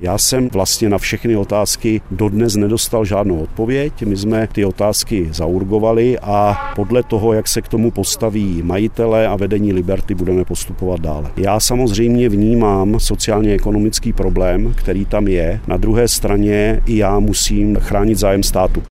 Já jsem vlastně na všechny otázky dodnes nedostal žádnou odpověď. My jsme ty otázky zaurgovali a podle toho, jak se k tomu postaví majitele a vedení Liberty, budeme postupovat dále. Já samozřejmě vnímám sociálně-ekonomický problém, který tam je. Na druhé straně i já musím chránit zájem státu.